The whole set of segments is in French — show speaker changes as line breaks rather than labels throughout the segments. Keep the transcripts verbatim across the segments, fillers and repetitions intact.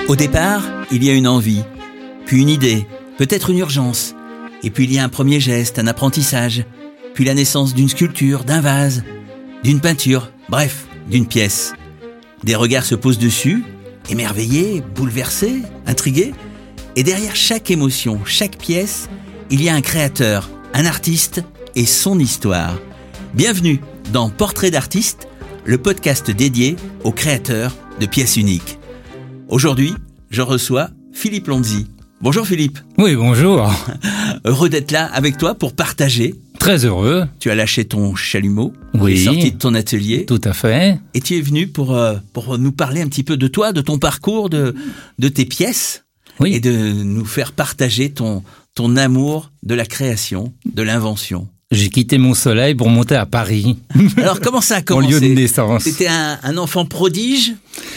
Au départ, il y a une envie, puis une idée, peut-être une urgence. Et puis il y a un premier geste, un apprentissage, puis la naissance d'une sculpture, d'un vase, d'une peinture, bref, d'une pièce. Des regards se posent dessus, émerveillés, bouleversés, intrigués. Et derrière chaque émotion, chaque pièce, il y a un créateur, un artiste et son histoire. Bienvenue dans Portrait d'artiste, le podcast dédié aux créateurs de pièces uniques. Aujourd'hui, je reçois Philippe Lonzi. Bonjour Philippe.
Oui, bonjour.
Heureux d'être là avec toi pour partager.
Très heureux.
Tu as lâché ton chalumeau,
oui,
tu es sorti de ton atelier.
Tout à fait.
Et tu es venu pour, euh, pour nous parler un petit peu de toi, de ton parcours, de, de tes pièces.
Oui.
Et de nous faire partager ton, ton amour de la création, de l'invention.
J'ai quitté mon soleil pour monter à Paris.
Alors comment ça a commencé ?
Mon lieu de naissance.
C'était un, un enfant prodige ?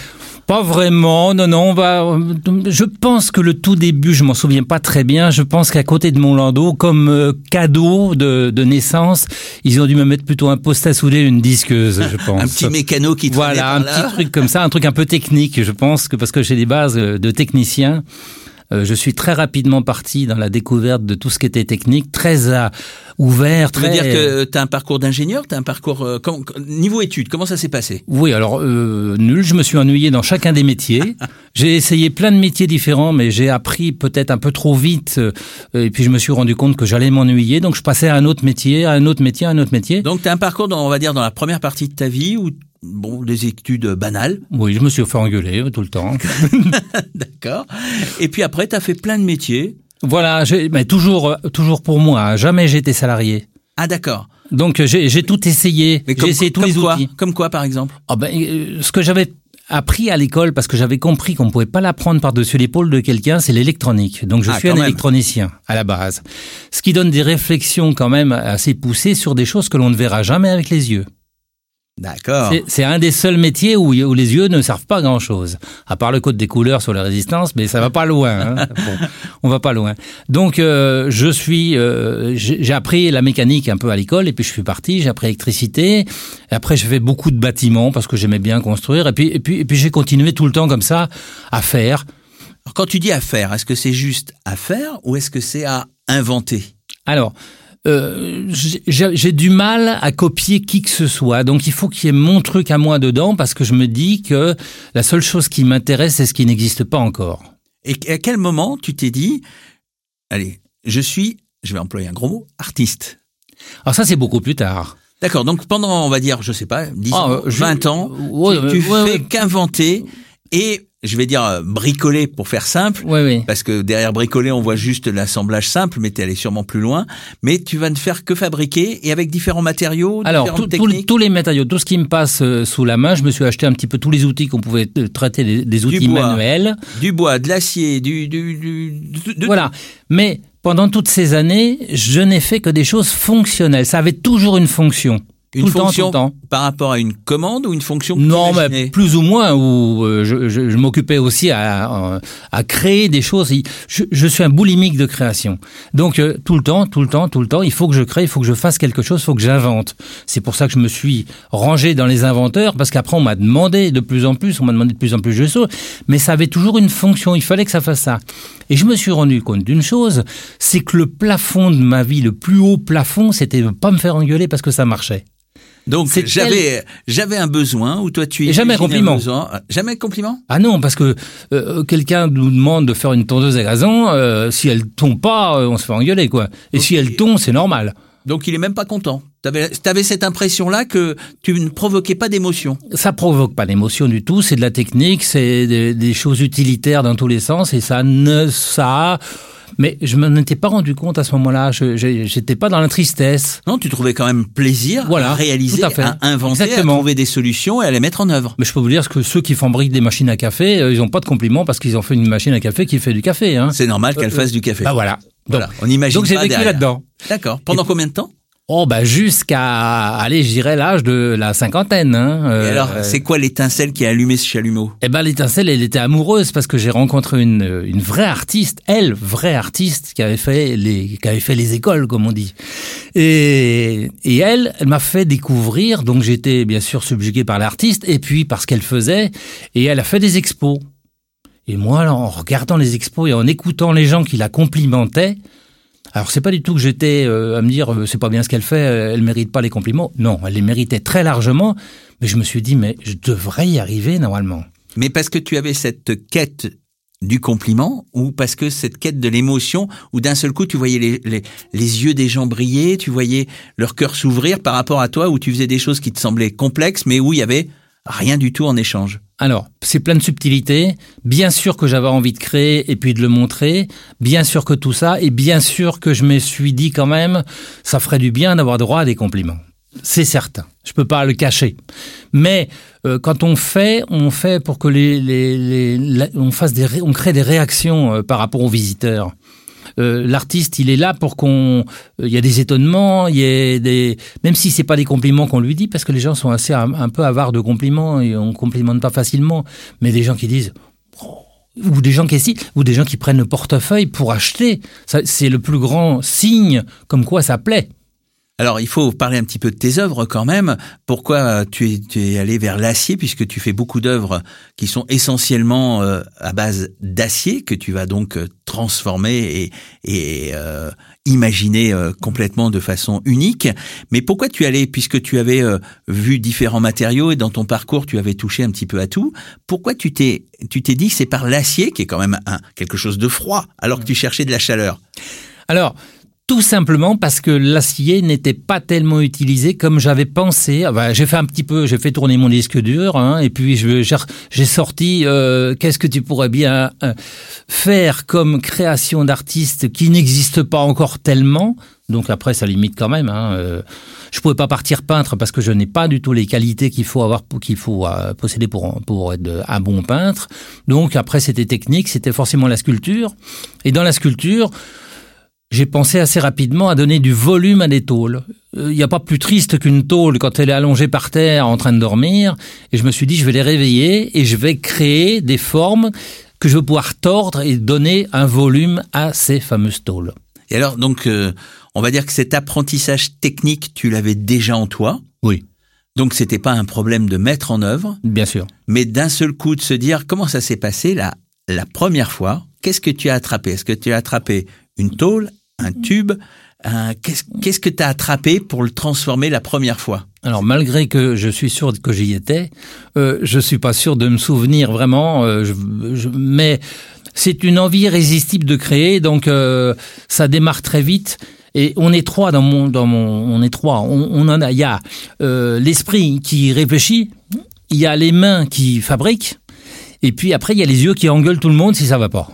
Pas vraiment, non, non, on va, je pense que le tout début, je m'en souviens pas très bien, je pense qu'à côté de mon landau, comme euh, cadeau de, de naissance, ils ont dû me mettre plutôt un poste à souder, une disqueuse, je pense.
Un petit mécano qui traînait
Voilà, un
par là.
petit truc comme ça, un truc un peu technique, je pense, que parce que j'ai des bases de technicien. Euh, je suis très rapidement parti dans la découverte de tout ce qui était technique, très à, ouvert.
Tu
très...
veux dire que tu as un parcours d'ingénieur, tu as un parcours... Euh, com- niveau études, comment ça s'est passé ?
Oui, alors, euh, nul, je me suis ennuyé dans chacun des métiers. J'ai essayé plein de métiers différents, mais j'ai appris peut-être un peu trop vite. Euh, et puis je me suis rendu compte que j'allais m'ennuyer, donc je passais à un autre métier, à un autre métier, à un autre métier.
Donc tu as un parcours, dans, on va dire, dans la première partie de ta vie où... Bon, des études banales.
Oui, je me suis fait engueuler tout le temps.
D'accord. Et puis après, tu as fait plein de métiers.
Voilà, j'ai, mais toujours, toujours pour moi. Jamais j'étais salarié.
Ah, d'accord.
Donc j'ai, j'ai tout essayé.
Mais comme,
j'ai essayé tous
comme
les
quoi
outils.
Comme quoi, par exemple ?
Oh ben, euh, ce que j'avais appris à l'école, parce que j'avais compris qu'on ne pouvait pas l'apprendre par-dessus l'épaule de quelqu'un, c'est l'électronique. Donc je
ah,
suis un
même.
électronicien à la base. Ce qui donne des réflexions quand même assez poussées sur des choses que l'on ne verra jamais avec les yeux.
D'accord.
C'est, c'est un des seuls métiers où, où les yeux ne servent pas à grand-chose. À part le code des couleurs sur la résistance, mais ça va pas loin. Hein. Bon, on va pas loin. Donc, euh, je suis, euh, j'ai, j'ai appris la mécanique un peu à l'école, et puis je suis parti. J'ai appris l'électricité. Et après, j'ai fait beaucoup de bâtiments parce que j'aimais bien construire. Et puis, et puis, et puis, j'ai continué tout le temps comme ça à faire.
Alors, quand tu dis à faire, est-ce que c'est juste à faire ou est-ce que c'est à inventer ?
Alors. Euh, j'ai, j'ai du mal à copier qui que ce soit, donc il faut qu'il y ait mon truc à moi dedans parce que je me dis que la seule chose qui m'intéresse, c'est ce qui n'existe pas encore.
Et à quel moment tu t'es dit, allez, je suis, je vais employer un gros mot, artiste ?
Alors ça, c'est beaucoup plus tard.
D'accord, donc pendant, on va dire, je sais pas, dix
Ah,
ans,
euh, je-
vingt ans,
ouais,
tu, tu
ouais,
fais
ouais.
qu'inventer et, je vais dire, euh, bricoler pour faire simple.
Oui, oui.
Parce que derrière bricoler, on voit juste l'assemblage simple, mais tu es allé sûrement plus loin. Mais tu vas ne faire que fabriquer et avec différents matériaux,
Alors,
différentes
tout- tout-
techniques.
tous les matériaux, tout ce qui me passe euh, sous la main, je me suis acheté un petit peu tous les outils qu'on pouvait euh, traiter, des, des outils
bois.
manuels.
Du bois, de l'acier, du, du, du de, de
Voilà. Mais pendant toutes ces années, je n'ai fait que des choses fonctionnelles. Ça avait toujours une fonction.
Une
tout le temps,
fonction
tout le temps.
par rapport à une commande ou une fonction que
Non,
tu
mais
imaginais ?
plus ou moins, où euh, je, je, je m'occupais aussi à, à, à créer des choses. Je, je suis un boulimique de création. Donc, euh, tout le temps, tout le temps, tout le temps, il faut que je crée, il faut que je fasse quelque chose, il faut que j'invente. C'est pour ça que je me suis rangé dans les inventeurs, parce qu'après, on m'a demandé de plus en plus, on m'a demandé de plus en plus de choses, mais ça avait toujours une fonction, il fallait que ça fasse ça. Et je me suis rendu compte d'une chose, c'est que le plafond de ma vie, le plus haut plafond, c'était de pas me faire engueuler parce que ça marchait.
Donc,
C'est
j'avais, j'avais un besoin où toi tu
Et jamais un
imaginais
compliment.
besoin. Jamais un compliment ?
Ah non, parce que euh, quelqu'un nous demande de faire une tondeuse à gazon, euh, si elle tombe pas, euh, on se fait engueuler, quoi. Et
Ok.
si elle tombe, c'est normal.
Donc il est même pas content. T'avais, t'avais cette impression-là que tu ne provoquais pas d'émotion.
Ça provoque pas d'émotion du tout, c'est de la technique, c'est des, des choses utilitaires dans tous les sens, et ça ne... ça... Mais je m'en étais pas rendu compte à ce moment-là, je, je, j'étais pas dans la tristesse.
Non, tu trouvais quand même plaisir
Voilà,
à réaliser,
tout à fait.
à inventer,
Exactement.
à trouver des solutions et à les mettre en œuvre.
Mais je peux vous dire que ceux qui fabriquent des machines à café, euh, ils ont pas de compliments parce qu'ils ont fait une machine à café qui fait du café. Hein.
C'est normal qu'elle
Euh,
fasse du café.
Bah voilà. Donc,
Voilà, on imagine
donc j'ai
pas
vécu
derrière.
là-dedans.
D'accord. Pendant
Et-
combien de temps ?
Oh bah jusqu'à, allez, je dirais l'âge de la cinquantaine. Hein.
Et
Euh,
alors, c'est quoi l'étincelle qui a allumé ce chalumeau ?
Eh ben l'étincelle, elle était amoureuse parce que j'ai rencontré une une vraie artiste, elle, vraie artiste qui avait fait les qui avait fait les écoles comme on dit. Et et elle, elle m'a fait découvrir. Donc j'étais bien sûr subjugué par l'artiste et puis par ce qu'elle faisait. Et elle a fait des expos. Et moi, là, en regardant les expos et en écoutant les gens qui la complimentaient, alors c'est pas du tout que j'étais euh, à me dire euh, c'est pas bien ce qu'elle fait, elle mérite pas les compliments. Non, elle les méritait très largement, mais je me suis dit mais je devrais y arriver normalement.
Mais parce que tu avais cette quête du compliment ou parce que cette quête de l'émotion où d'un seul coup tu voyais les, les, les yeux des gens briller, tu voyais leur cœur s'ouvrir par rapport à toi où tu faisais des choses qui te semblaient complexes mais où il y avait rien du tout en échange.
Alors, c'est plein de subtilités. Bien sûr que j'avais envie de créer et puis de le montrer. Bien sûr que tout ça. Et bien sûr que je me suis dit quand même, ça ferait du bien d'avoir droit à des compliments. C'est certain. Je peux pas le cacher. Mais euh, quand on fait, on fait pour que les, les, les, les on fasse des, ré, on crée des réactions euh, par rapport aux visiteurs. Euh, l'artiste, il est là pour qu'on, il euh, y a des étonnements, il y a des, même si c'est pas des compliments qu'on lui dit, parce que les gens sont assez un, un peu avares de compliments et on complimente pas facilement, mais des gens qui disent, oh, ou des gens qui hésitent, ou des gens qui prennent le portefeuille pour acheter, ça, c'est le plus grand signe comme quoi ça plaît.
Alors, il faut parler un petit peu de tes œuvres quand même. Pourquoi tu es, tu es allé vers l'acier, puisque tu fais beaucoup d'œuvres qui sont essentiellement euh, à base d'acier, que tu vas donc euh, transformer et, et euh, imaginer euh, complètement de façon unique. Mais pourquoi tu es allé, puisque tu avais euh, vu différents matériaux et dans ton parcours, tu avais touché un petit peu à tout, pourquoi tu t'es, tu t'es dit que c'est par l'acier, qui est quand même un, quelque chose de froid, alors que tu cherchais de la chaleur?
Alors, tout simplement parce que l'acier n'était pas tellement utilisé comme j'avais pensé. Enfin, j'ai fait un petit peu, j'ai fait tourner mon disque dur, hein, et puis je, j'ai, j'ai sorti euh, qu'est-ce que tu pourrais bien euh, faire comme création d'artiste qui n'existe pas encore tellement. Donc après, ça limite quand même. Hein, euh, je pouvais pas partir peintre parce que je n'ai pas du tout les qualités qu'il faut avoir, qu'il faut euh, posséder pour pour être un bon peintre. Donc après, c'était technique, c'était forcément la sculpture. Et dans la sculpture, j'ai pensé assez rapidement à donner du volume à des tôles. Il euh, n'y a pas plus triste qu'une tôle quand elle est allongée par terre en train de dormir. Et je me suis dit, je vais les réveiller et je vais créer des formes que je vais pouvoir tordre et donner un volume à ces fameuses tôles.
Et alors, donc, euh, on va dire que cet apprentissage technique, tu l'avais déjà en toi.
Oui.
Donc, c'était pas un problème de mettre en œuvre.
Bien sûr.
Mais d'un seul coup, de se dire, comment ça s'est passé la, la première fois? Qu'est-ce que tu as attrapé? Est-ce que tu as attrapé une tôle, un tube, un... qu'est-ce, qu'est-ce que tu as attrapé pour le transformer la première fois?
Alors, malgré que je suis sûr que j'y étais, euh, je suis pas sûr de me souvenir vraiment, euh, je, je, mais c'est une envie irrésistible de créer, donc euh, ça démarre très vite. Et on est trois dans mon, dans mon, on est trois. On, on en a, il y a euh, l'esprit qui réfléchit, il y a les mains qui fabriquent, et puis après il y a les yeux qui engueulent tout le monde si ça va pas.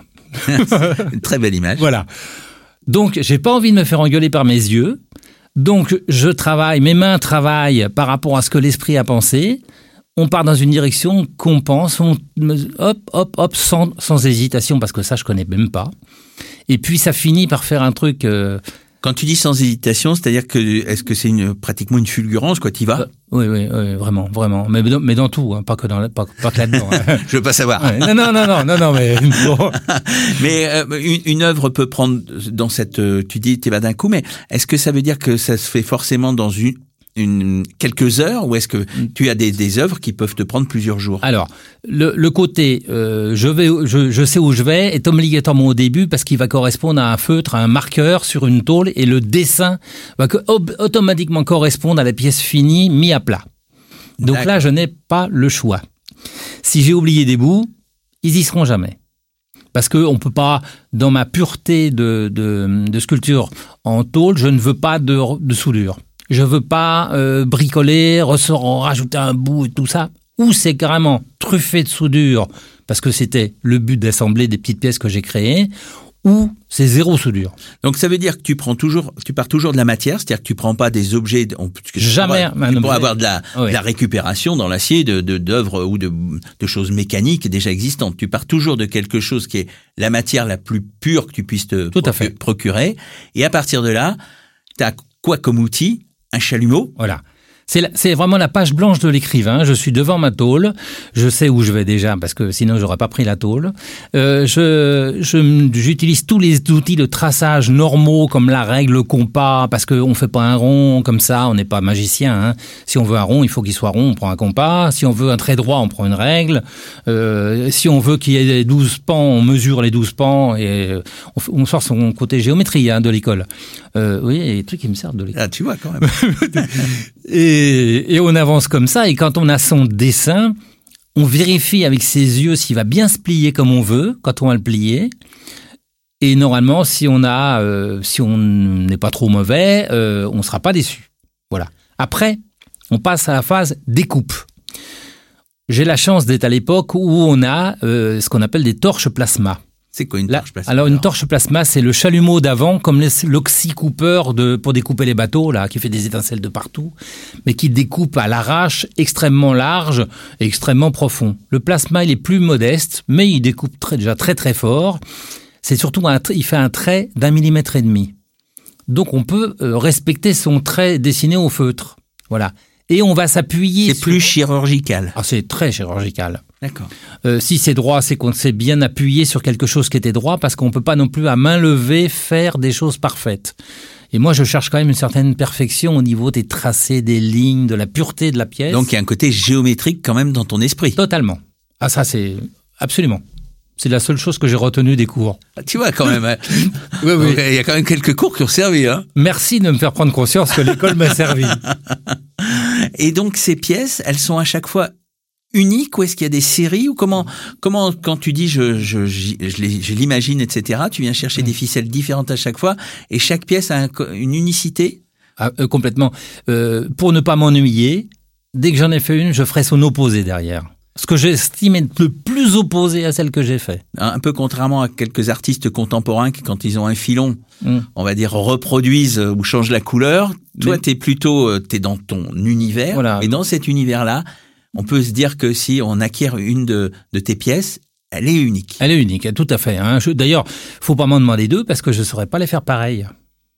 Une très belle image.
Voilà. Donc, j'ai pas envie de me faire engueuler par mes yeux. Donc, je travaille, mes mains travaillent par rapport à ce que l'esprit a pensé. On part dans une direction qu'on pense, on, hop, hop, hop, sans, sans hésitation, parce que ça, je connais même pas. Et puis, ça finit par faire un truc... Euh,
Quand tu dis sans hésitation, c'est-à-dire que est-ce que c'est une pratiquement une fulgurance, quoi, t'y vas?
euh, oui, oui, oui, vraiment, vraiment. Mais, mais dans tout, hein, pas que dans, pas, pas que là-dedans. Hein.
Je veux pas savoir.
Ouais, non, non, non, non, non, non, mais bon.
Mais euh, une, une œuvre peut prendre dans cette. Tu dis, t'y vas d'un coup, mais est-ce que ça veut dire que ça se fait forcément dans une Une, quelques heures, ou est-ce que tu as des, des œuvres qui peuvent te prendre plusieurs jours?
Alors, le, le côté euh, je vais, je, je sais où je vais est obligatoirement au début parce qu'il va correspondre à un feutre, à un marqueur sur une tôle, et le dessin va que, ob, automatiquement correspondre à la pièce finie mise à plat. Donc D'accord. Là, je n'ai pas le choix. Si j'ai oublié des bouts, ils y seront jamais. Parce que on peut pas, dans ma pureté de, de, de sculpture en tôle, je ne veux pas de, de soudure. Je veux pas euh, bricoler, ressort, rajouter un bout et tout ça. Ou c'est carrément truffé de soudure, parce que c'était le but d'assembler des petites pièces que j'ai créées, ou c'est zéro soudure.
Donc ça veut dire que tu prends toujours, tu pars toujours de la matière, c'est-à-dire que tu prends pas des objets. On,
Jamais.
Tu pourras, tu pourras avoir de la, oui. de la récupération dans l'acier de, de d'œuvres ou de, de choses mécaniques déjà existantes. Tu pars toujours de quelque chose qui est la matière la plus pure que tu puisses te
Tout à fait.
procurer. Et à partir de là, tu as quoi comme outil? Un chalumeau.
Voilà. C'est, la, c'est vraiment la page blanche de l'écrivain. Je suis devant ma tôle. Je sais où je vais déjà parce que sinon j'aurais pas pris la tôle. Euh, je, je, j'utilise tous les outils de traçage normaux comme la règle, le compas, parce qu'on fait pas un rond comme ça. On n'est pas magicien. Hein. Si on veut un rond, il faut qu'il soit rond. On prend un compas. Si on veut un trait droit, on prend une règle. Euh, si on veut qu'il y ait douze pans, on mesure les douze pans et on, on sort son côté géométrie hein, de l'école. Euh, oui, il y a des trucs qui me servent de l'école.
Ah, tu vois quand même.
et, et on avance comme ça. Et quand on a son dessin, on vérifie avec ses yeux s'il va bien se plier comme on veut quand on va le plier. Et normalement, si on a, euh, si on n'est pas trop mauvais, euh, on ne sera pas déçu. Voilà. Après, on passe à la phase découpe. J'ai la chance d'être à l'époque où on a euh, ce qu'on appelle des torches plasma.
C'est quoi une torche plasma?
Alors,
alors
une torche plasma, c'est le chalumeau d'avant, comme l'oxycoupeur de, pour découper les bateaux, là, qui fait des étincelles de partout, mais qui découpe à l'arrache extrêmement large et extrêmement profond. Le plasma, il est plus modeste, mais il découpe très, déjà très très fort. C'est surtout, un, il fait un trait d'un millimètre et demi. Donc, on peut euh, respecter son trait dessiné au feutre. Voilà. Et on va s'appuyer...
C'est
sur...
plus chirurgical.
Ah, c'est très chirurgical.
D'accord.
Euh, si c'est droit, c'est qu'on s'est bien appuyé sur quelque chose qui était droit, parce qu'on ne peut pas non plus à main levée faire des choses parfaites. Et moi, je cherche quand même une certaine perfection au niveau des tracés, des lignes, de la pureté de la pièce.
Donc, il y a un côté géométrique quand même dans ton esprit.
Totalement. Ah, ça, c'est... Absolument. C'est la seule chose que j'ai retenue des cours.
Ah, tu vois, quand même. Hein.
Oui, oui.
Il y a quand même quelques cours qui ont servi. Hein.
Merci de me faire prendre conscience que l'école m'a servi.
Et donc, ces pièces, elles sont à chaque fois uniques ou est-ce qu'il y a des séries ou comment, comment quand tu dis je, je, je, je, les, je l'imagine, et cetera, tu viens chercher mmh. des ficelles différentes à chaque fois et chaque pièce a un, une unicité?
Ah, euh, complètement. Euh, pour ne pas m'ennuyer, dès que j'en ai fait une, je ferai son opposé derrière. Ce que j'estime être le plus opposé à celle que j'ai fait.
Un peu contrairement à quelques artistes contemporains qui, quand ils ont un filon, mmh. on va dire, reproduisent ou changent la couleur. Toi, mais... t'es plutôt, t'es dans ton univers.
Voilà.
Et dans cet univers-là, on peut se dire que si on acquiert une de, de tes pièces, elle est unique.
Elle est unique, tout à fait. Hein. Je, d'ailleurs, faut pas m'en demander deux parce que je saurais pas les faire pareil.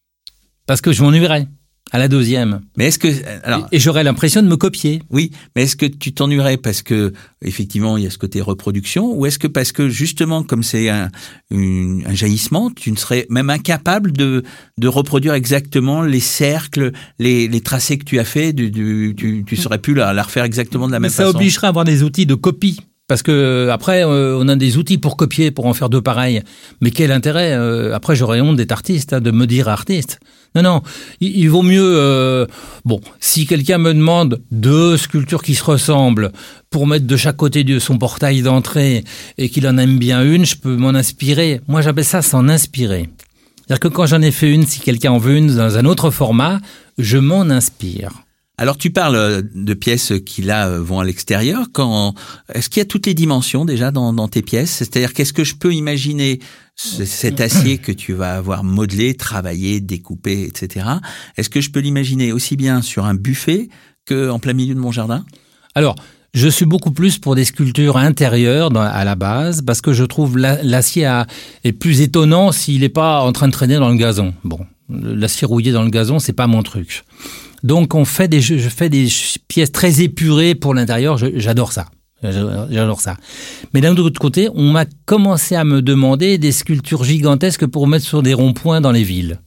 Parce que je m'ennuierais. À la deuxième.
Mais est-ce que alors
et, et j'aurais l'impression de me copier.
Oui, mais est-ce que tu t'ennuierais parce que effectivement il y a ce côté reproduction ou est-ce que parce que justement comme c'est un, une, un jaillissement, tu ne serais même incapable de de reproduire exactement les cercles, les, les tracés que tu as fait, du, du, tu tu serais plus la, la refaire exactement de la
mais
même
ça
façon.
Ça obligerait à avoir des outils de copie. Parce que après, euh, on a des outils pour copier, pour en faire deux pareils. Mais quel intérêt euh, après, j'aurais honte d'être artiste, hein, de me dire artiste. Non, non, il, il vaut mieux... Euh, bon, si quelqu'un me demande deux sculptures qui se ressemblent pour mettre de chaque côté de son portail d'entrée et qu'il en aime bien une, je peux m'en inspirer. Moi, j'appelle ça s'en inspirer. C'est-à-dire que quand j'en ai fait une, si quelqu'un en veut une dans un autre format, je m'en inspire.
Alors tu parles de pièces qui là vont à l'extérieur. Quand est-ce qu'il y a toutes les dimensions déjà dans, dans tes pièces? C'est-à-dire qu'est-ce que je peux imaginer cet acier que tu vas avoir modelé, travaillé, découpé, et cetera. Est-ce que je peux l'imaginer aussi bien sur un buffet qu'en plein milieu de mon jardin?
Alors, je suis beaucoup plus pour des sculptures intérieures dans, à la base parce que je trouve la, l'acier à, est plus étonnant s'il n'est pas en train de traîner dans le gazon. Bon, l'acier rouillé dans le gazon, c'est pas mon truc. Donc, on fait des, je fais des pièces très épurées pour l'intérieur. Je, j'adore ça. J'adore ça. Mais d'un autre côté, on m'a commencé à me demander des sculptures gigantesques pour mettre sur des ronds-points dans les villes.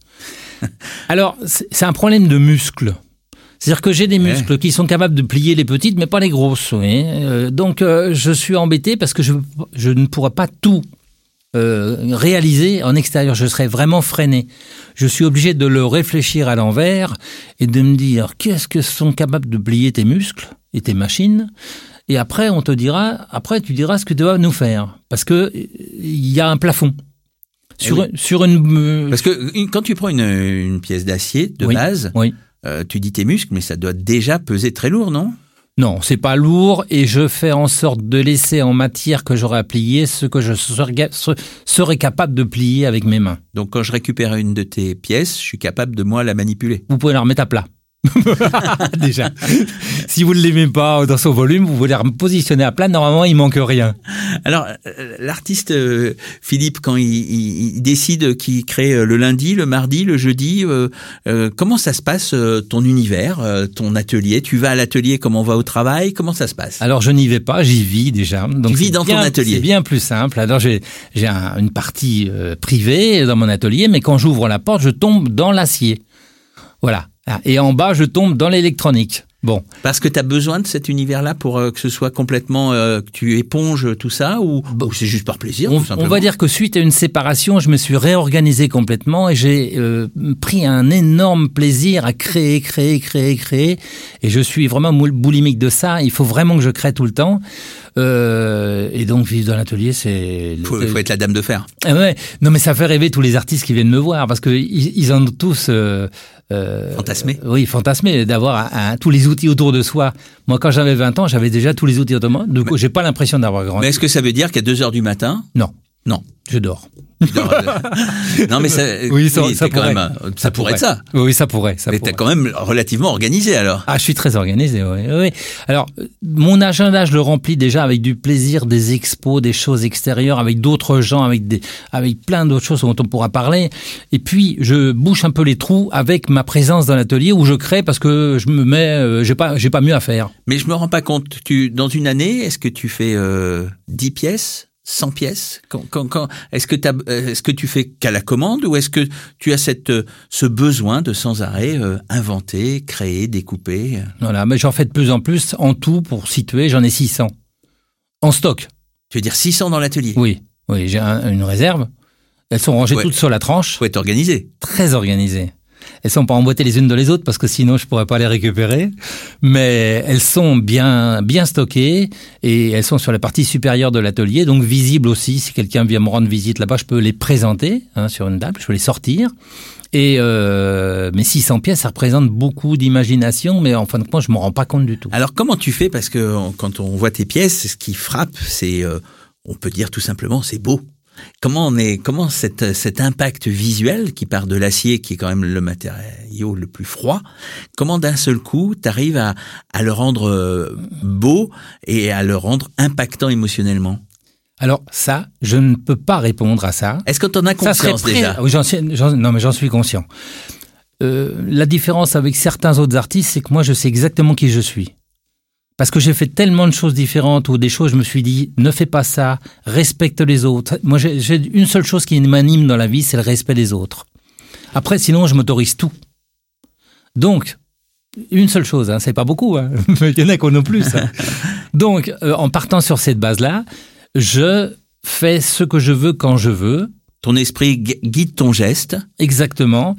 Alors, c'est un problème de muscles. C'est-à-dire que j'ai des muscles ouais. qui sont capables de plier les petites, mais pas les grosses. Oui. Euh, donc, euh, je suis embêté parce que je, je ne pourrais pas tout Euh, réalisé en extérieur, je serais vraiment freiné. Je suis obligé de le réfléchir à l'envers et de me dire qu'est-ce que sont capables de plier tes muscles et tes machines. Et après, on te dira, après tu diras ce que tu vas nous faire, parce que il y a un plafond sur
oui.
sur une.
Parce que quand tu prends une, une pièce d'acier de
oui,
base, oui. Euh, tu dis tes muscles, mais ça doit déjà peser très lourd, non?
Non, c'est pas lourd et je fais en sorte de laisser en matière que j'aurai à plier ce que je serais, serais capable de plier avec mes mains.
Donc quand je récupère une de tes pièces, je suis capable de moi la manipuler.
Vous pouvez la remettre à plat. Déjà. Si vous ne l'aimez pas dans son volume, vous pouvez la positionner à plat. Normalement, il manque rien.
Alors, l'artiste euh, Philippe, quand il, il, il décide qu'il crée le lundi, le mardi, le jeudi, euh, euh, comment ça se passe euh, ton univers, euh, ton atelier? Tu vas à l'atelier comme on va au travail? Comment ça se passe?
Alors, je n'y vais pas, j'y vis déjà. Donc,
tu vis dans
bien,
ton atelier?
C'est bien plus simple. Alors, j'ai, j'ai un, une partie euh, privée dans mon atelier, mais quand j'ouvre la porte, je tombe dans l'acier. Voilà. Et en bas, je tombe dans l'électronique. Bon.
Parce que tu as besoin de cet univers-là pour euh, que ce soit complètement, euh, que tu éponges tout ça, ou, bon, ou c'est juste par plaisir,
on,
tout simplement?
On va dire que suite à une séparation, je me suis réorganisé complètement et j'ai euh, pris un énorme plaisir à créer, créer, créer, créer. Et je suis vraiment boulimique de ça. Il faut vraiment que je crée tout le temps. Euh, et donc vivre dans l'atelier, c'est...
Il faut, faut être la dame de fer.
Ah ouais. Non mais ça fait rêver tous les artistes qui viennent me voir parce que ils, ils en ont tous... Euh,
euh, fantasmé.
Euh, oui, fantasmé d'avoir un, un, tous les outils autour de soi. Moi, quand j'avais vingt ans, j'avais déjà tous les outils autour de moi. Du coup, j'ai pas l'impression d'avoir grandi.
Mais est-ce que ça veut dire qu'à deux heures du matin?
Non.
Non.
Je dors.
Non mais ça,
oui, ça,
oui,
ça, pourrait.
Quand même, ça,
ça
pourrait
pourrait
être ça.
Oui, ça pourrait. Ça
mais
pourrait.
t'es quand même relativement organisé alors.
Ah, je suis très organisé. Oui, oui. Alors, mon agenda, je le remplis déjà avec du plaisir, des expos, des choses extérieures, avec d'autres gens, avec des, avec plein d'autres choses dont on pourra parler. Et puis, je bouche un peu les trous avec ma présence dans l'atelier où je crée parce que je me mets, euh, j'ai pas, j'ai pas mieux à faire.
Mais je me rends pas compte. Tu, dans une année, est-ce que tu fais euh, dix pièces? cent pièces? Quand, quand, quand, est-ce que t'as, est-ce que tu fais qu'à la commande ou est-ce que tu as cette, ce besoin de sans arrêt euh, inventer, créer, découper?
Voilà, mais j'en fais de plus en plus. En tout, pour situer, j'en ai six cents. En stock.
Tu veux dire six cents dans l'atelier?
Oui, oui, j'ai un, une réserve. Elles sont rangées ouais. toutes sur la tranche.
Faut être organisé.
Très organisé. Elles sont pas emboîtées les unes dans les autres parce que sinon je pourrais pas les récupérer. Mais elles sont bien, bien stockées et elles sont sur la partie supérieure de l'atelier, donc visibles aussi. Si quelqu'un vient me rendre visite là-bas, je peux les présenter hein, sur une table, je peux les sortir. Et euh, mes six cents pièces, ça représente beaucoup d'imagination, mais en fin de compte, je m'en rends pas compte du tout.
Alors comment tu fais? Parce que quand on voit tes pièces, ce qui frappe, c'est, euh, on peut dire tout simplement, c'est beau. Comment on est, comment cet, cet impact visuel qui part de l'acier, qui est quand même le matériau le plus froid, comment d'un seul coup t'arrives à, à le rendre beau et à le rendre impactant émotionnellement?
Alors ça, je ne peux pas répondre à ça.
Est-ce que t'en as conscience
pré...
déjà?
Oui, j'en suis, j'en... non mais j'en suis conscient. Euh, la différence avec certains autres artistes, c'est que moi je sais exactement qui je suis. Parce que j'ai fait tellement de choses différentes ou des choses, je me suis dit, ne fais pas ça, respecte les autres. Moi, j'ai, j'ai une seule chose qui m'anime dans la vie, c'est le respect des autres. Après, sinon, je m'autorise tout. Donc, une seule chose, hein, c'est pas beaucoup, hein, mais il y en a qu'on a plus. Hein. Donc, euh, en partant sur cette base-là, je fais ce que je veux quand je veux.
Ton esprit guide ton geste.
Exactement.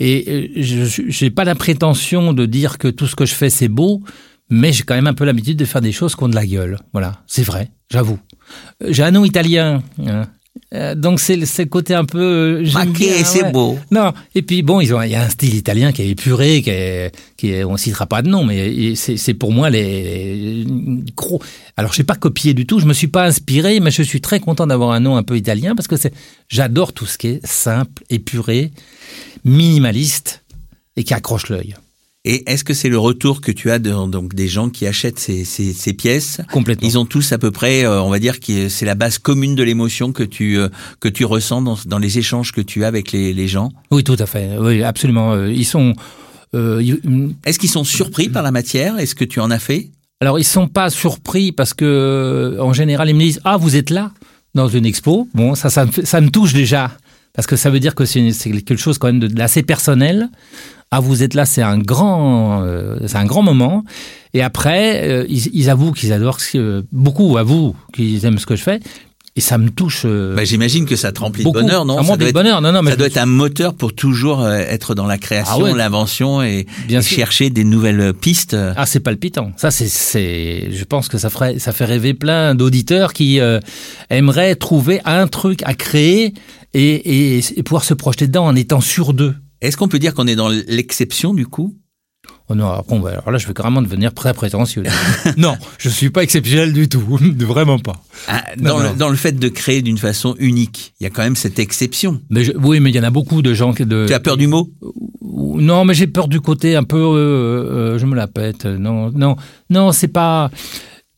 Et je n'ai pas la prétention de dire que tout ce que je fais, c'est beau. Mais j'ai quand même un peu l'habitude de faire des choses qui ont de la gueule. Voilà, c'est vrai, j'avoue. J'ai un nom italien, hein. euh, donc c'est, c'est le côté un peu...
Ok, c'est ouais. beau.
Non, et puis bon, ils ont, il y a un style italien qui est épuré, qui est, qui est, on ne citera pas de nom, mais c'est, c'est pour moi les, les gros... Alors, je n'ai pas copié du tout, je ne me suis pas inspiré, mais je suis très content d'avoir un nom un peu italien, parce que c'est, j'adore tout ce qui est simple, épuré, minimaliste, et qui accroche l'œil.
Et est-ce que c'est le retour que tu as de, donc des gens qui achètent ces, ces, ces pièces?
Complètement.
Ils ont tous à peu près, euh, on va dire que c'est la base commune de l'émotion que tu euh, que tu ressens dans, dans les échanges que tu as avec les, les gens?
Oui, tout à fait. Oui, absolument. Ils sont. Euh, ils...
Est-ce qu'ils sont surpris par la matière? Est-ce que tu en as fait?
Alors, ils sont pas surpris parce que, en général, ils me disent ah vous êtes là dans une expo. Bon, ça, ça me, ça me touche déjà parce que ça veut dire que c'est, une, c'est quelque chose quand même de, d'assez personnel. Ah, vous êtes là, c'est un grand, euh, c'est un grand moment. Et après, euh, ils, ils avouent qu'ils adorent, euh, beaucoup avouent qu'ils aiment ce que je fais. Et ça me touche. Euh,
bah, j'imagine que ça te remplit
beaucoup.
de bonheur, non?
Ça
Ça doit,
de
être,
bonheur. Non, non, mais
ça doit être un moteur pour toujours être dans la création, ah ouais. l'invention et, et chercher des nouvelles pistes.
Ah, c'est palpitant. Ça, c'est, c'est, je pense que ça ferait, ça fait rêver plein d'auditeurs qui euh, aimeraient trouver un truc à créer et, et, et pouvoir se projeter dedans en étant sûr d'eux.
Est-ce qu'on peut dire qu'on est dans l'exception du coup?
Oh non, alors, bon, alors là, je vais carrément devenir très prétentieux. Non, je suis pas exceptionnel du tout, vraiment pas.
Ah, dans, non, le, non. dans le fait de créer d'une façon unique, il y a quand même cette exception.
Mais je, oui, mais il y en a beaucoup de gens qui... De,
tu as peur du mot?
Non, mais j'ai peur du côté un peu... Euh, euh, je me la pète. Non, non, non, c'est pas...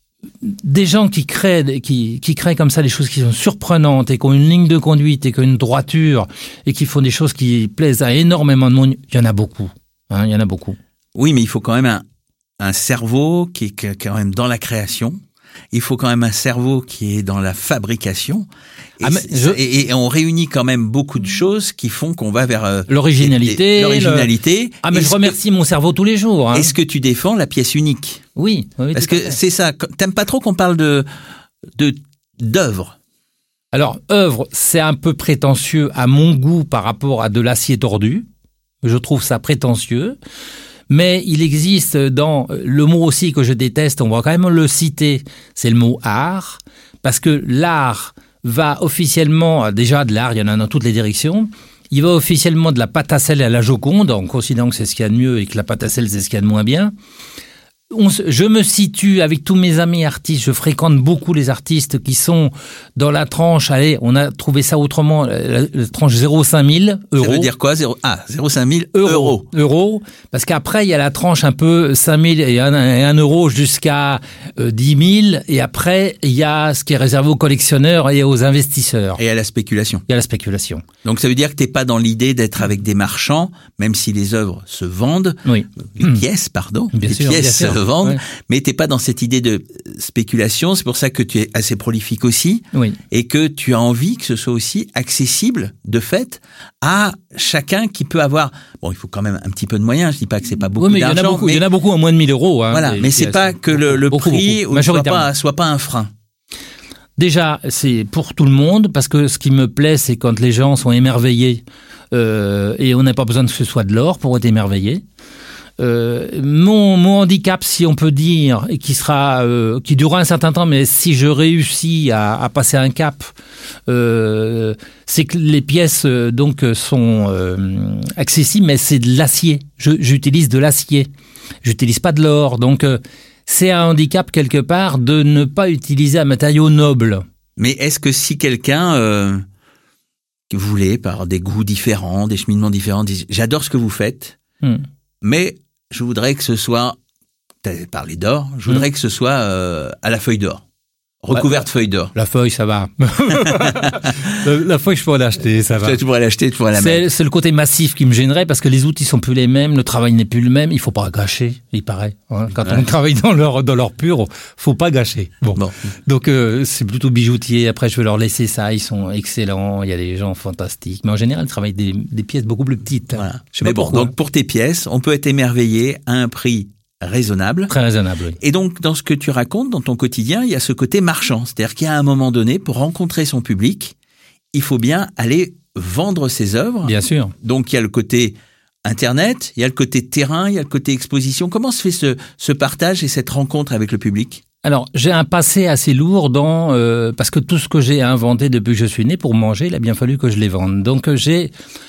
des gens qui créent, qui, qui créent comme ça des choses qui sont surprenantes et qui ont une ligne de conduite et qui ont une droiture et qui font des choses qui plaisent à énormément de monde, il y en a beaucoup. Hein, il y en a beaucoup.
Oui, mais il faut quand même un, un cerveau qui est quand même dans la création. Il faut quand même un cerveau qui est dans la fabrication. Et,
ah, je...
et, et on réunit quand même beaucoup de choses qui font qu'on va vers euh,
l'originalité.
L'originalité.
Le... Ah, mais est-ce je remercie que... mon cerveau tous les jours. Hein.
Est-ce que tu défends la pièce unique ?
Oui. oui
Parce que c'est ça. T'aimes pas trop qu'on parle de, de, d'œuvre.
Alors, œuvre, c'est un peu prétentieux à mon goût par rapport à de l'acier tordu. Je trouve ça prétentieux. Mais il existe dans le mot aussi que je déteste, on va quand même le citer, c'est le mot art, parce que l'art va officiellement, déjà de l'art, il y en a dans toutes les directions, il va officiellement de la pâte à sel à la Joconde, en considérant que c'est ce qu'il y a de mieux et que la pâte à sel c'est ce qu'il y a de moins bien. On, je me situe avec tous mes amis artistes, je fréquente beaucoup les artistes qui sont dans la tranche, allez, on a trouvé ça autrement, la, la tranche zéro virgule cinq mille euros.
Ça veut dire quoi zéro, ah, zéro virgule cinq mille euros.
Euros, parce qu'après il y a la tranche un peu cinq mille et un euro jusqu'à euh, dix mille, et après il y a ce qui est réservé aux collectionneurs et aux investisseurs.
Et à la spéculation.
Et à la spéculation.
Donc ça veut dire que t'es pas dans l'idée d'être avec des marchands, même si les œuvres se vendent,
oui.
les mmh. pièces, pardon,
bien
les
sûr,
pièces
bien sûr.
se vendent,
ouais.
mais t'es pas dans cette idée de spéculation. C'est pour ça que tu es assez prolifique aussi,
oui.
et que tu as envie que ce soit aussi accessible, de fait, à chacun qui peut avoir. Bon, il faut quand même un petit peu de moyens. Je dis pas que c'est pas beaucoup
oui, mais
d'argent,
il y en a beaucoup,
mais
il y en a beaucoup à moins de mille euros. Hein,
voilà, mais c'est pas que le, le
beaucoup,
prix
beaucoup,
soit pas soit pas un frein.
Déjà, c'est pour tout le monde, parce que ce qui me plaît, c'est quand les gens sont émerveillés, euh, et on n'a pas besoin que ce soit de l'or pour être émerveillé. Euh, mon, mon handicap, si on peut dire, et qui sera, euh, qui durera un certain temps, mais si je réussis à, à passer un cap, euh, c'est que les pièces euh, donc sont euh, accessibles, mais c'est de l'acier. Je, j'utilise de l'acier. J'utilise pas de l'or, donc euh, c'est un handicap quelque part de ne pas utiliser un matériau noble.
Mais est-ce que si quelqu'un euh, voulait, par des goûts différents, des cheminements différents, dit j'adore ce que vous faites, hmm. mais je voudrais que ce soit, tu as parlé d'or, je voudrais mmh. que ce soit euh, à la feuille d'or, recouverte bah, feuille d'or.
La feuille, ça va. la, la feuille, je pourrais l'acheter, ça va.
Tu pourrais l'acheter, tu pourrais la
c'est,
mettre.
C'est le côté massif qui me gênerait, parce que les outils sont plus les mêmes, le travail n'est plus le même, il faut pas gâcher, il paraît. Hein. Quand ouais. on travaille dans leur, dans leur pur, faut pas gâcher. Bon. bon. Donc, euh, c'est plutôt bijoutier. Après, je vais leur laisser ça, ils sont excellents, il y a des gens fantastiques. Mais en général, ils travaillent des, des pièces beaucoup plus petites.
Voilà.
Je sais
Mais
pas
bon,
pourquoi.
donc pour tes pièces, on peut être émerveillé à un prix raisonnable.
Très raisonnable, oui.
Et donc, dans ce que tu racontes, dans ton quotidien, il y a ce côté marchand. C'est-à-dire qu'à un moment donné, pour rencontrer son public, il faut bien aller vendre ses œuvres.
Bien sûr.
Donc, il y a le côté Internet, il y a le côté terrain, il y a le côté exposition. Comment se fait ce, ce partage et cette rencontre avec le public ?
Alors, j'ai un passé assez lourd dans euh, parce que tout ce que j'ai inventé depuis que je suis né pour manger, il a bien fallu que je les vende. Donc, j'ai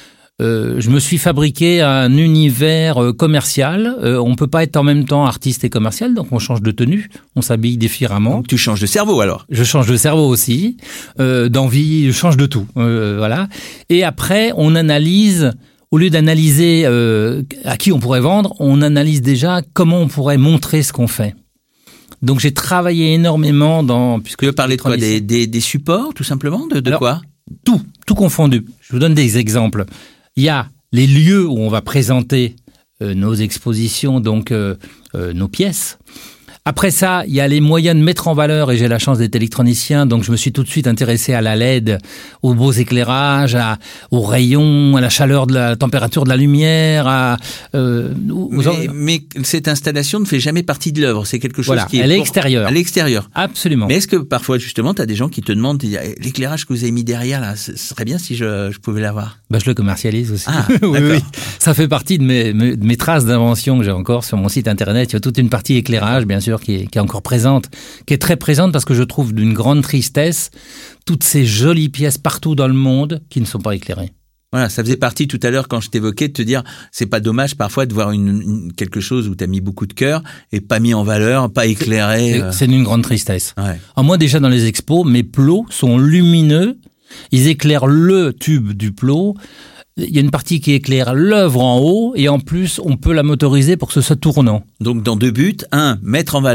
Euh, je me suis fabriqué un univers euh, commercial. Euh, on peut pas être en même temps artiste et commercial, donc on change de tenue, on s'habille différemment.
Donc tu changes de cerveau alors ?
Je change de cerveau aussi, euh, d'envie, je change de tout. Euh, voilà. Et après, on analyse. Au lieu d'analyser euh, à qui on pourrait vendre, on analyse déjà comment on pourrait montrer ce qu'on fait. Donc j'ai travaillé énormément dans.
Puisque tu veux parler de quoi ? Des, des, des supports, tout simplement ? De, de
Alors,
quoi ?
Tout, tout confondu. Je vous donne des exemples. Il y a les lieux où on va présenter euh, nos expositions, donc euh, euh, nos pièces. Après ça, il y a les moyens de mettre en valeur, et j'ai la chance d'être électronicien, donc je me suis tout de suite intéressé à la L E D, aux beaux éclairages, à, aux rayons, à la chaleur de la température de la lumière. À, euh, aux...
mais, mais cette installation ne fait jamais partie de l'œuvre, c'est quelque chose
voilà,
qui est...
elle est extérieure.
À l'extérieur.
Absolument.
Mais est-ce que parfois, justement, tu as des gens qui te demandent, l'éclairage que vous avez mis derrière, là, ce serait bien si je, je pouvais l'avoir ?
Ben, je le commercialise aussi.
Ah,
oui,
d'accord.
oui. Ça fait partie de mes, mes, mes traces d'invention que j'ai encore sur mon site internet. Il y a toute une partie éclairage, bien sûr, Qui est, qui est encore présente, qui est très présente parce que je trouve d'une grande tristesse toutes ces jolies pièces partout dans le monde qui ne sont pas éclairées.
Voilà, ça faisait partie tout à l'heure quand je t'évoquais de te dire c'est pas dommage parfois de voir une, une quelque chose où tu as mis beaucoup de cœur et pas mis en valeur, pas éclairé.
C'est,
euh...
c'est d'une grande tristesse.
Ouais.
En moi déjà dans les expos, mes plots sont lumineux, ils éclairent le tube du plot. Il y a une partie qui éclaire l'œuvre en haut et en plus, on peut la motoriser pour que ce soit tournant.
Donc, dans deux buts. Un, mettre en valeur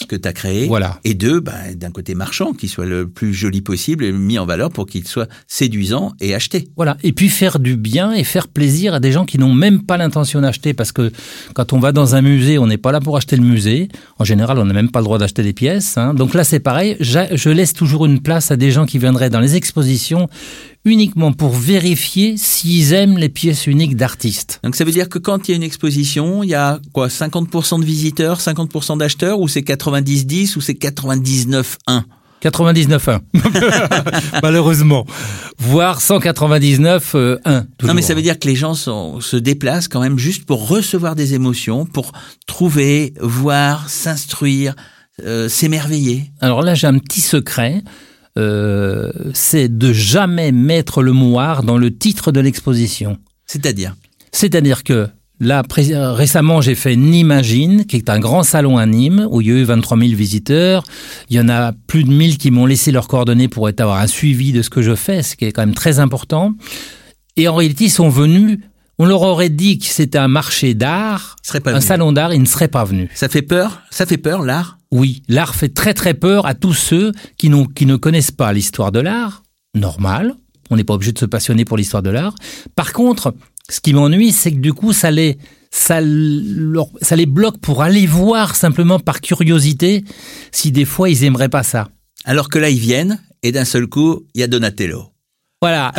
ce que tu as créé.
Voilà.
Et deux, bah, d'un côté marchand, qu'il soit le plus joli possible et mis en valeur pour qu'il soit séduisant et acheté.
Voilà. Et puis faire du bien et faire plaisir à des gens qui n'ont même pas l'intention d'acheter, parce que quand on va dans un musée, on n'est pas là pour acheter le musée. En général, on n'a même pas le droit d'acheter des pièces. Hein. Donc là, c'est pareil. Je laisse toujours une place à des gens qui viendraient dans les expositions uniquement pour vérifier s'ils aiment les pièces uniques d'artistes.
Donc ça veut dire que quand il y a une exposition, il y a quoi, cinquante pour cent de visiteurs, cinquante pour cent d'acheteurs, ou c'est quatre-vingt-dix dix, ou c'est quatre-vingt-dix-neuf un?
quatre-vingt-dix-neuf un. Malheureusement. Voire cent quatre-vingt-dix-neuf un.
Non, mais ça veut dire que les gens sont, se déplacent quand même juste pour recevoir des émotions, pour trouver, voir, s'instruire, euh, s'émerveiller.
Alors là, j'ai un petit secret. Euh, c'est de jamais mettre le mot art dans le titre de l'exposition.
C'est-à-dire ?
C'est-à-dire que là, pré- récemment, j'ai fait Nimagine, qui est un grand salon à Nîmes, où il y a eu vingt-trois mille visiteurs. Il y en a plus de mille qui m'ont laissé leurs coordonnées pour avoir un suivi de ce que je fais, ce qui est quand même très important. Et en réalité, ils sont venus, on leur aurait dit que c'était un marché d'art,
Ils seraient pas
un
venus.
salon d'art, ils ne seraient pas venus.
Ça fait peur ? Ça fait peur, l'art ?
Oui, l'art fait très très peur à tous ceux qui, n'ont, qui ne connaissent pas l'histoire de l'art. Normal, on n'est pas obligé de se passionner pour l'histoire de l'art. Par contre, ce qui m'ennuie, c'est que du coup, ça les, ça, leur, ça les bloque pour aller voir simplement par curiosité si des fois ils aimeraient pas ça.
Alors que là, ils viennent, et d'un seul coup, il y a Donatello.
Voilà.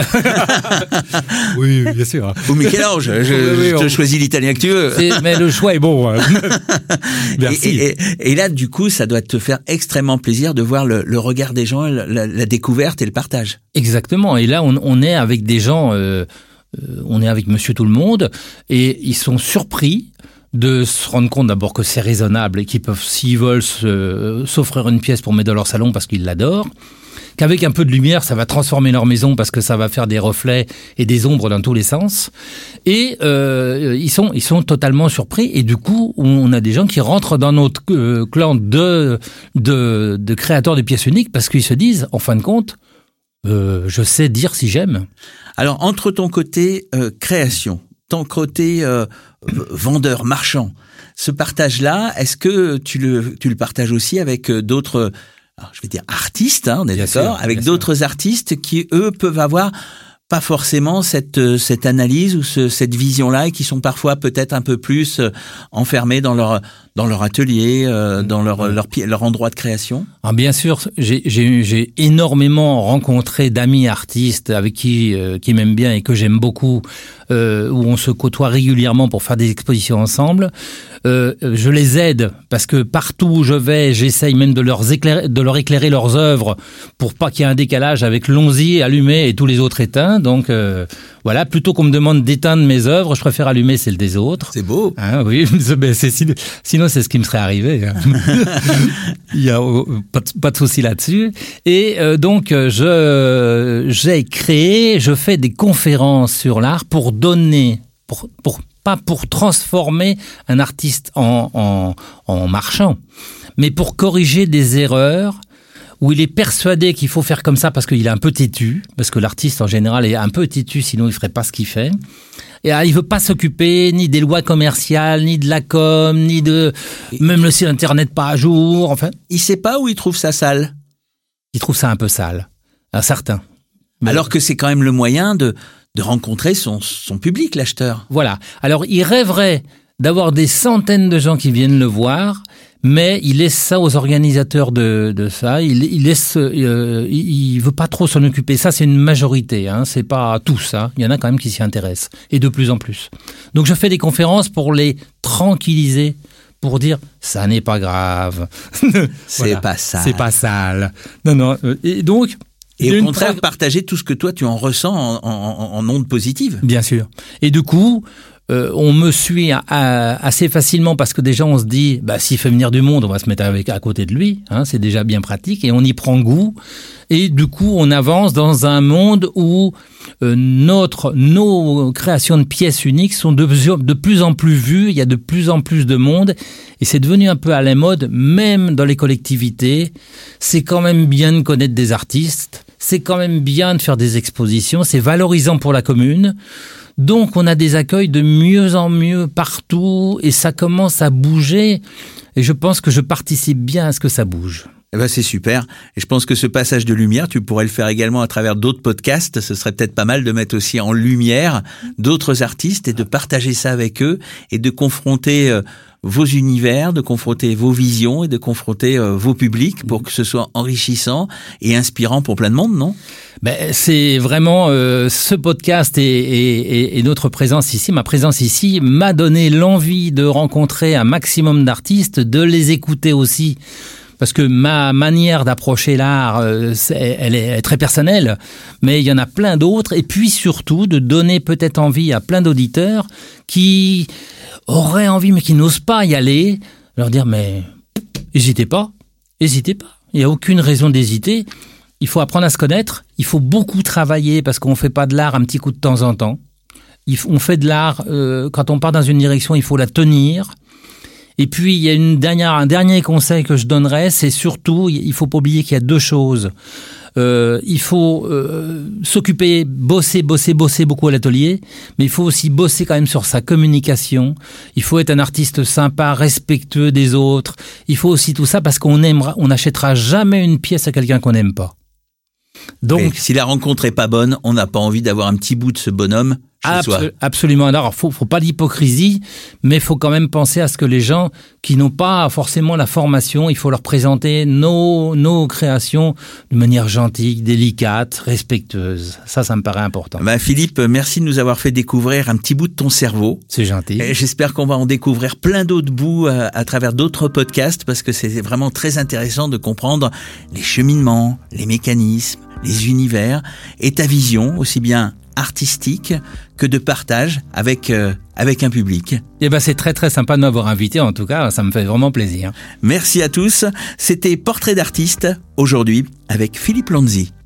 Oui, bien sûr.
Ou Michel-Ange, je,
Oui, oui,
je te
on-
choisis l'italien que tu veux.
C'est- mais le choix est bon. hein. Merci.
Et, et- et là, du coup, ça doit te faire extrêmement plaisir de voir le, le regard des gens, la, la découverte et le partage.
Exactement. Et là, on, on est avec des gens, euh, euh, on est avec Monsieur Tout le Monde, et ils sont surpris de se rendre compte d'abord que c'est raisonnable et qu'ils peuvent, s'ils veulent, se- s'offrir une pièce pour mettre dans leur salon parce qu'ils l'adorent. Qu'avec un peu de lumière, ça va transformer leur maison parce que ça va faire des reflets et des ombres dans tous les sens. Et euh, ils sont ils sont totalement surpris. Et du coup, on a des gens qui rentrent dans notre euh, clan de, de de créateurs de pièces uniques parce qu'ils se disent, en fin de compte, euh, je sais dire si j'aime.
Alors, entre ton côté euh, création, ton côté euh, vendeur, marchand, ce partage-là, est-ce que tu le, tu le partages aussi avec euh, d'autres, alors, je vais dire artistes, hein, on est
Bien
d'accord,
sûr,
avec
bien
d'autres artistes qui, eux, peuvent avoir pas forcément cette, euh, cette analyse ou ce, cette vision-là et qui sont parfois peut-être un peu plus euh, enfermés dans leur, dans leur atelier, euh, dans leur, leur, pi- leur endroit de création?
Alors bien sûr, j'ai, j'ai, j'ai énormément rencontré d'amis artistes avec qui euh, qui m'aiment bien et que j'aime beaucoup, euh, où on se côtoie régulièrement pour faire des expositions ensemble. Euh, je les aide parce que partout où je vais, j'essaye même de leur éclairer, de leur éclairer leurs œuvres pour pas qu'il y ait un décalage avec l'onzier allumé et tous les autres éteints. Donc euh, voilà, plutôt qu'on me demande d'éteindre mes œuvres, je préfère allumer celles des autres.
C'est beau.
Hein, oui, c'est, c'est, sinon, sinon c'est ce qui me serait arrivé. Hein. Il y a oh, pas de, pas de souci là-dessus. Et euh, donc je j'ai créé, je fais des conférences sur l'art pour donner, pour pour pas pour transformer un artiste en en, en marchand, mais pour corriger des erreurs où il est persuadé qu'il faut faire comme ça parce qu'il est un peu têtu, parce que l'artiste en général est un peu têtu, sinon il ferait pas ce qu'il fait. Et ah, il veut pas s'occuper ni des lois commerciales, ni de la com, ni de même le site internet pas à jour. Enfin,
Il sait pas où il trouve sa salle.
il trouve ça un peu sale, un certain. Mais
Alors que c'est quand même le moyen de, de rencontrer son, son public, l'acheteur.
voilà. Alors il rêverait d'avoir des centaines de gens qui viennent le voir, mais il laisse ça aux organisateurs de, de ça. Il, il laisse, euh, il, il veut pas trop s'en occuper. Ça, c'est une majorité. Hein. C'est pas tous. Hein. Il y en a quand même qui s'y intéressent, et de plus en plus. Donc, je fais des conférences pour les tranquilliser, pour dire ça n'est pas grave.
C'est
Voilà.
pas sale.
C'est pas sale. Non, non. euh, Et donc. il
Et
y a
au
une
contraire,
prog-
partager tout ce que toi tu en ressens en, en, en ondes positives.
Bien sûr. Et du coup, euh, on me suit à- à- assez facilement parce que déjà on se dit, bah, s'il fait venir du monde, on va se mettre avec, à côté de lui. Hein, c'est déjà bien pratique et on y prend goût. Et du coup, on avance dans un monde où euh, notre, nos créations de pièces uniques sont de, de plus en plus vues. Il y a de plus en plus de monde et c'est devenu un peu à la mode, même dans les collectivités. C'est quand même bien de connaître des artistes. C'est quand même bien de faire des expositions. C'est valorisant pour la commune. Donc on a des accueils de mieux en mieux partout et ça commence à bouger et je pense que je participe bien à ce que ça bouge.
Eh ben c'est super. Et je pense que ce passage de lumière, tu pourrais le faire également à travers d'autres podcasts. Ce serait peut-être pas mal de mettre aussi en lumière d'autres artistes et de partager ça avec eux et de confronter euh, vos univers, de confronter vos visions et de confronter euh, vos publics pour que ce soit enrichissant et inspirant pour plein de monde, non ?
Ben, c'est vraiment euh, ce podcast et, et, et notre présence ici, ma présence ici, m'a donné l'envie de rencontrer un maximum d'artistes, de les écouter aussi. Parce que ma manière d'approcher l'art, euh, c'est, elle est très personnelle, mais il y en a plein d'autres. Et puis surtout, de donner peut-être envie à plein d'auditeurs qui auraient envie, mais qui n'osent pas y aller, leur dire, mais n'hésitez pas, n'hésitez pas. Il n'y a aucune raison d'hésiter. Il faut apprendre à se connaître. Il faut beaucoup travailler parce qu'on ne fait pas de l'art un petit coup de temps en temps. Il faut, on fait de l'art, euh, quand on part dans une direction, il faut la tenir. Et puis, il y a une dernière, un dernier conseil que je donnerais, c'est surtout, il faut pas oublier qu'il y a deux choses. Euh, il faut euh, s'occuper, bosser, bosser, bosser beaucoup à l'atelier, mais il faut aussi bosser quand même sur sa communication. Il faut être un artiste sympa, respectueux des autres. Il faut aussi tout ça parce qu'on aimera, on n'achètera jamais une pièce à quelqu'un qu'on n'aime pas.
Donc, mais si la rencontre est pas bonne, on n'a pas envie d'avoir un petit bout de ce bonhomme chez
abso-
soi.
Absolument. Alors, faut, faut pas d'hypocrisie, mais faut quand même penser à ce que les gens qui n'ont pas forcément la formation, il faut leur présenter nos, nos créations de manière gentille, délicate, respectueuse. Ça, ça me paraît important.
Ben Philippe, merci de nous avoir fait découvrir un petit bout de ton cerveau.
C'est gentil.
Et j'espère qu'on va en découvrir plein d'autres bouts à, à travers d'autres podcasts parce que c'est vraiment très intéressant de comprendre les cheminements, les mécanismes, les univers et ta vision aussi bien artistique que de partage avec euh, avec un public.
Eh ben c'est très très sympa de m'avoir invité, en tout cas, ça me fait vraiment plaisir.
Merci à tous. C'était Portrait d'artiste aujourd'hui avec Philippe Lanzi.